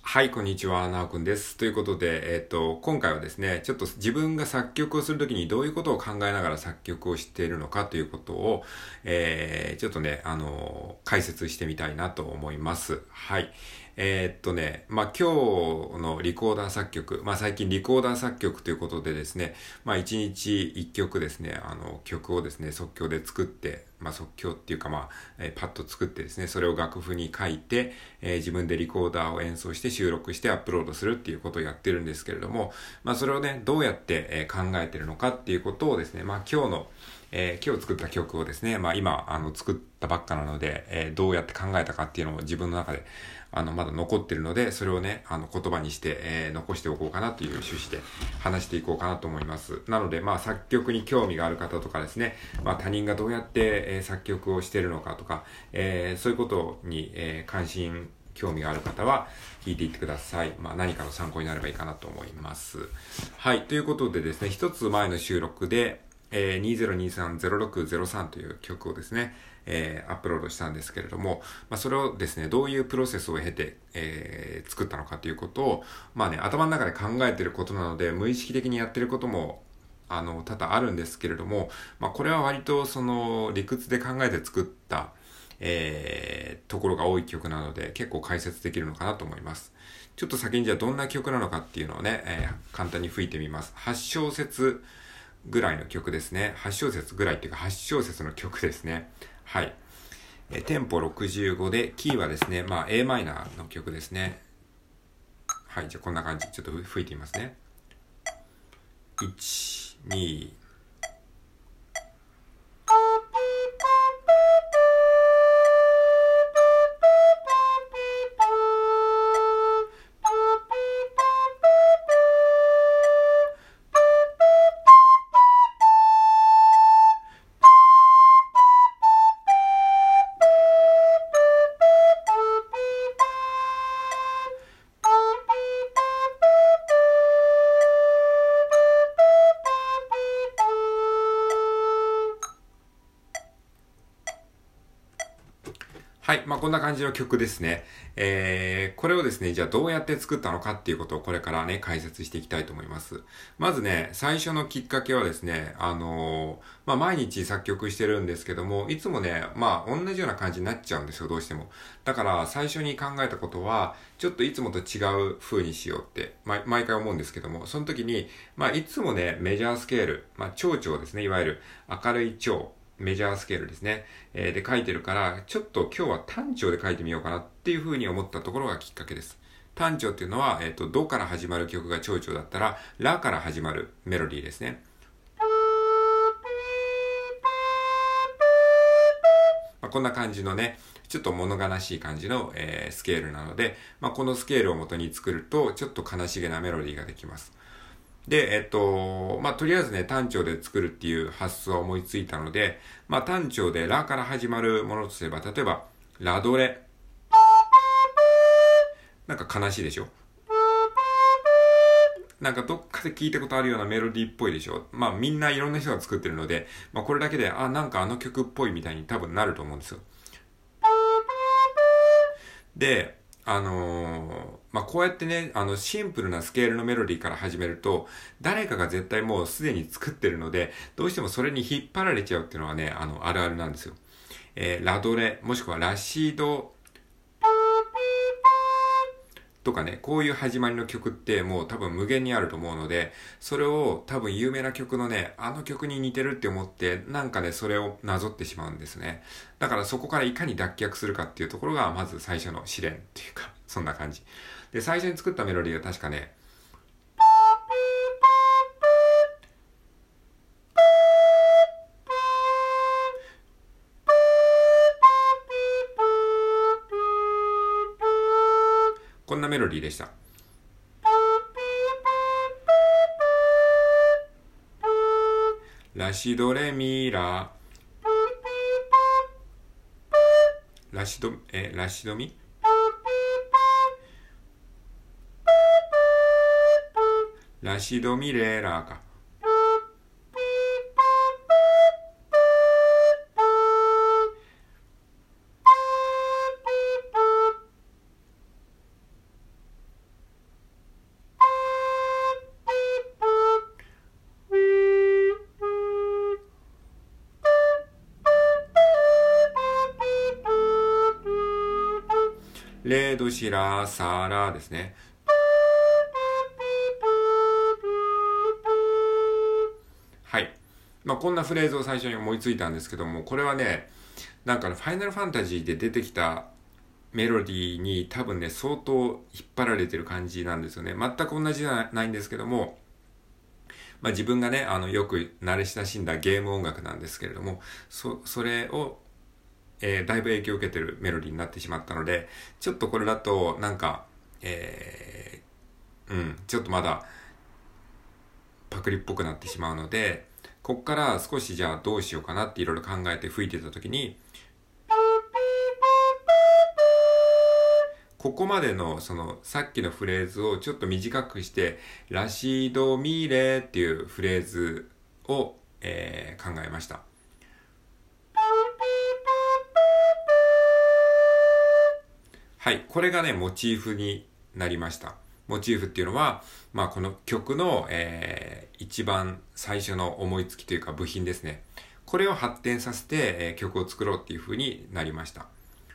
はい、こんにちは、なおくんです。ということで、今回はですね、ちょっと自分が作曲をするときにどういうことを考えながら作曲をしているのかということを、ちょっとね、解説してみたいなと思います。はい。今日のリコーダー作曲、最近リコーダー作曲ということでですね、一日一曲ですね、曲をですね、即興で作って、即興っていうかパッと作ってですね、それを楽譜に書いて、自分でリコーダーを演奏して収録してアップロードするっていうことをやってるんですけれども、それをね、どうやって、考えてるのかっていうことをですね、今日作った曲をですね、今、作ったばっかなので、どうやって考えたかっていうのを自分の中で、まだ残ってるので、それをね、言葉にして、残しておこうかなという趣旨で話していこうかなと思います。なので、作曲に興味がある方とかですね、他人がどうやって、作曲をしているのかとか、そういうことに、興味がある方は聞いていってください。何かの参考になればいいかなと思います。はい。ということでですね、一つ前の収録で、2023-0603という曲をですね、アップロードしたんですけれども、それをですね、どういうプロセスを経て、作ったのかということを、頭の中で考えていることなので、無意識的にやっていることも、多々あるんですけれども、これは割とその理屈で考えて作った、ところが多い曲なので、結構解説できるのかなと思います。ちょっと先にじゃあどんな曲なのかっていうのをね、簡単に吹いてみます。8小節ぐらいの曲ですね。8小節ぐらいっていうか8小節の曲ですね。はい。テンポ65で、キーはですね、a マイナーの曲ですね。はい、じゃあこんな感じ。ちょっと吹いてみますね。1、2、はい。こんな感じの曲ですね。これをですね、じゃあどうやって作ったのかっていうことをこれからね、解説していきたいと思います。まずね、最初のきっかけはですね、毎日作曲してるんですけども、いつもね、同じような感じになっちゃうんですよ、どうしても。だから、最初に考えたことは、ちょっといつもと違う風にしようって、毎回思うんですけども、その時に、いつもね、メジャースケール、長調ですね、いわゆる明るい長、メジャースケールですね。で書いてるから、ちょっと今日は単調で書いてみようかなっていう風に思ったところがきっかけです。単調っていうのは、ドから始まる曲が長調だったら、ラから始まるメロディーですね。こんな感じのね、ちょっと物悲しい感じの、スケールなので、このスケールを元に作ると、ちょっと悲しげなメロディーができます。で、とりあえずね、単調で作るっていう発想を思いついたので、単調でラから始まるものとすれば、例えば、ラドレ。なんか悲しいでしょ？なんかどっかで聞いたことあるようなメロディーっぽいでしょ？みんないろんな人が作ってるので、これだけで、なんかあの曲っぽいみたいに多分なると思うんですよ。で、こうやってね、シンプルなスケールのメロディーから始めると、誰かが絶対もうすでに作ってるので、どうしてもそれに引っ張られちゃうっていうのはね、あるあるなんですよ。ラドレ、もしくはラシード、とかね、こういう始まりの曲ってもう多分無限にあると思うので、それを多分有名な曲のね、あの曲に似てるって思って、なんかね、それをなぞってしまうんですね。だからそこからいかに脱却するかっていうところが、まず最初の試練っていうか、そんな感じ。で、最初に作ったメロディーが確かね、こんなメロディーでした。ラシドレミラ、ラシドミラシドミレーラーか。 レドシラサラですね。はい。こんなフレーズを最初に思いついたんですけども、これはね、なんかファイナルファンタジーで出てきたメロディーに多分ね、相当引っ張られてる感じなんですよね。全く同じじゃないんですけども、自分がね、よく慣れ親しんだゲーム音楽なんですけれども、それを、だいぶ影響を受けてるメロディーになってしまったので、ちょっとこれだと、なんか、ちょっとまだ、パクリっぽくなってしまうので、こっから少しじゃあどうしようかなっていろいろ考えて吹いてた時に、ここまでのさっきのフレーズをちょっと短くして、ラシドミレっていうフレーズを、考えました。はい、これがね、モチーフになりました。モチーフっていうのは、この曲の、一番最初の思いつきというか部品ですね。これを発展させて、曲を作ろうっていう風になりました。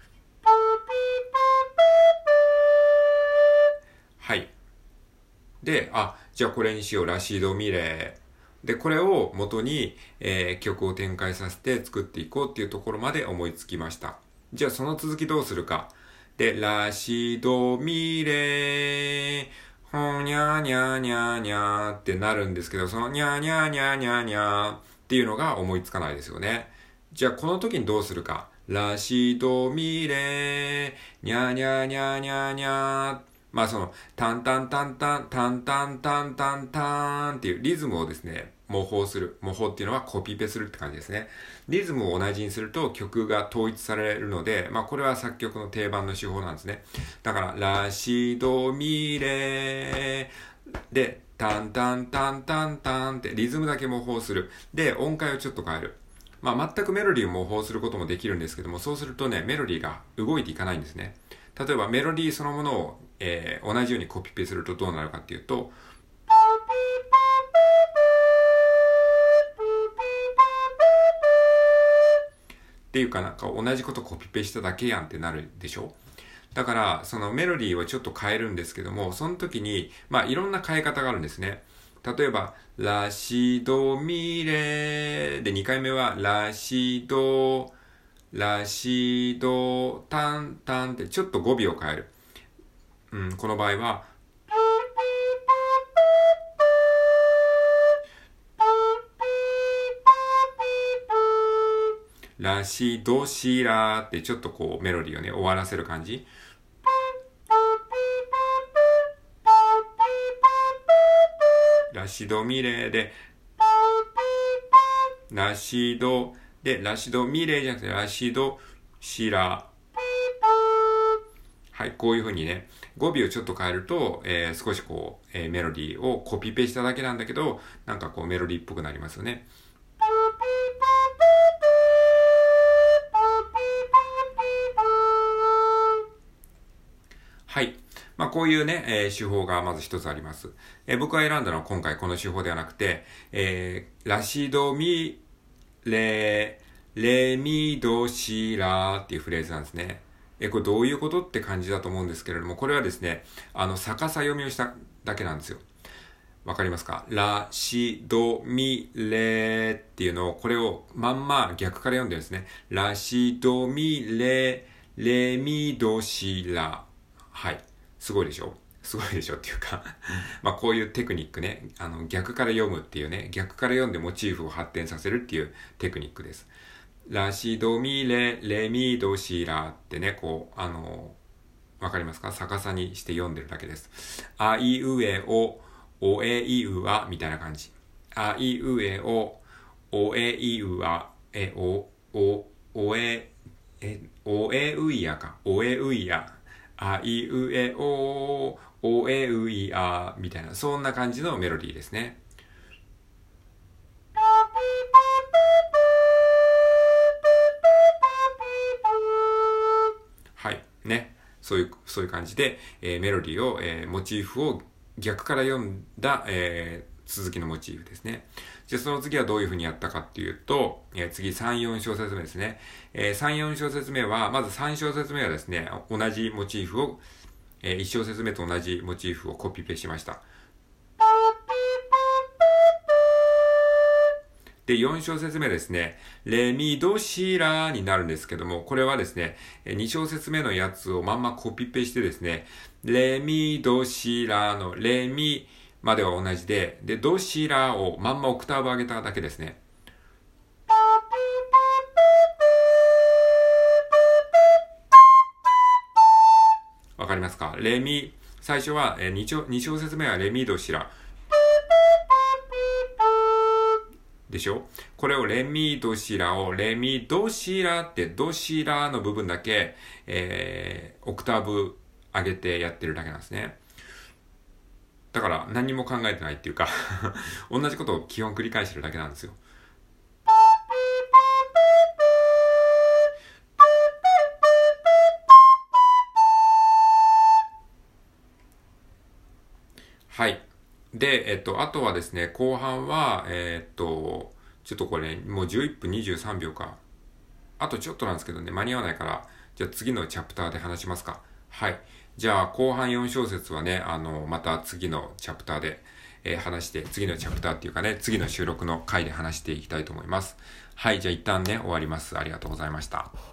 はい。で、じゃあこれにしよう、ラシードミレー。で、これを元に、曲を展開させて作っていこうっていうところまで思いつきました。じゃあその続きどうするか。で、ラシドミレー、ほにゃーにゃーにゃーにゃーってなるんですけど、そのにゃーにゃーにゃーにゃーにゃーっていうのが思いつかないですよね。じゃあこの時にどうするか。ラシドミレー、にゃーにゃーにゃーにゃーにゃー。タンタンタンタン、タンタンタンタンタンっていうリズムをですね、模倣する。模倣っていうのはコピペするって感じですね。リズムを同じにすると曲が統一されるので、これは作曲の定番の手法なんですね。だから、ラシドミレーで、タンタンタンタンタンってリズムだけ模倣する。で、音階をちょっと変える。全くメロディーを模倣することもできるんですけども、そうするとね、メロディーが動いていかないんですね。例えばメロディーそのものを、同じようにコピペするとどうなるかっていうと、っていうかなんか同じことコピペしただけやんってなるでしょ。だからそのメロディーをちょっと変えるんですけども、その時にいろんな変え方があるんですね。例えばラシドミレで2回目はラシドタンタンってちょっと語尾を変える。この場合はラシドシラーってちょっとこうメロディーをね終わらせる感じ。ラシドミレーでラシドでラシドミレーじゃなくてラシドシラー。はい、こういう風にね、語尾をちょっと変えると、少しこう、メロディーをコピペしただけなんだけど、なんかこうメロディーっぽくなりますよね。はい。こういうね、手法がまず一つあります。僕が選んだのは今回この手法ではなくて、ラシドミレレミドシラっていうフレーズなんですね。これどういうことって感じだと思うんですけれども、これはですね、逆さ読みをしただけなんですよ。わかりますか？ラシドミレっていうのを、これをまんま逆から読んでるんですね。ラシドミレレミドシラ。はい。すごいでしょ？すごいでしょっていうかこういうテクニックね、逆から読むっていうね、逆から読んでモチーフを発展させるっていうテクニックです。ラシドミレレミドシラってね、こう、わかりますか？逆さにして読んでるだけです。あいうえお、おえいうあ、みたいな感じ。あいうえお、おえいうあ、おえういやか。おえういや。あいうえお、おえういあ、みたいな、そんな感じのメロディーですね。はい。ね。そういう感じで、メロディーを、モチーフを逆から読んだ、 続きのモチーフですね。じゃあその次はどういう風にやったかっていうと、次3、4小節目ですね。3、4小節目は、まず3小節目はですね、同じモチーフを、1小節目と同じモチーフをコピペしました。で、4小節目ですね、レミドシラになるんですけども、これはですね、2小節目のやつをまんまコピペしてですね、レミドシラのレミまでは同じで、で、ドシラをまんまオクターブ上げただけですね。わかりますか？レミ、最初は2小節目はレミドシラ。でしょ？これをレミドシラをレミドシラってドシラの部分だけ、オクターブ上げてやってるだけなんですね。だから何も考えてないっていうか同じことを基本繰り返してるだけなんですよ。はい。で、あとはですね、後半は、ちょっとこれ、もう11分23秒か。あとちょっとなんですけどね、間に合わないから、じゃあ次のチャプターで話しますか。はい。じゃあ後半4小節はね、また次のチャプターで、話して、次のチャプターっていうかね、次の収録の回で話していきたいと思います。はい。じゃあ一旦ね、終わります。ありがとうございました。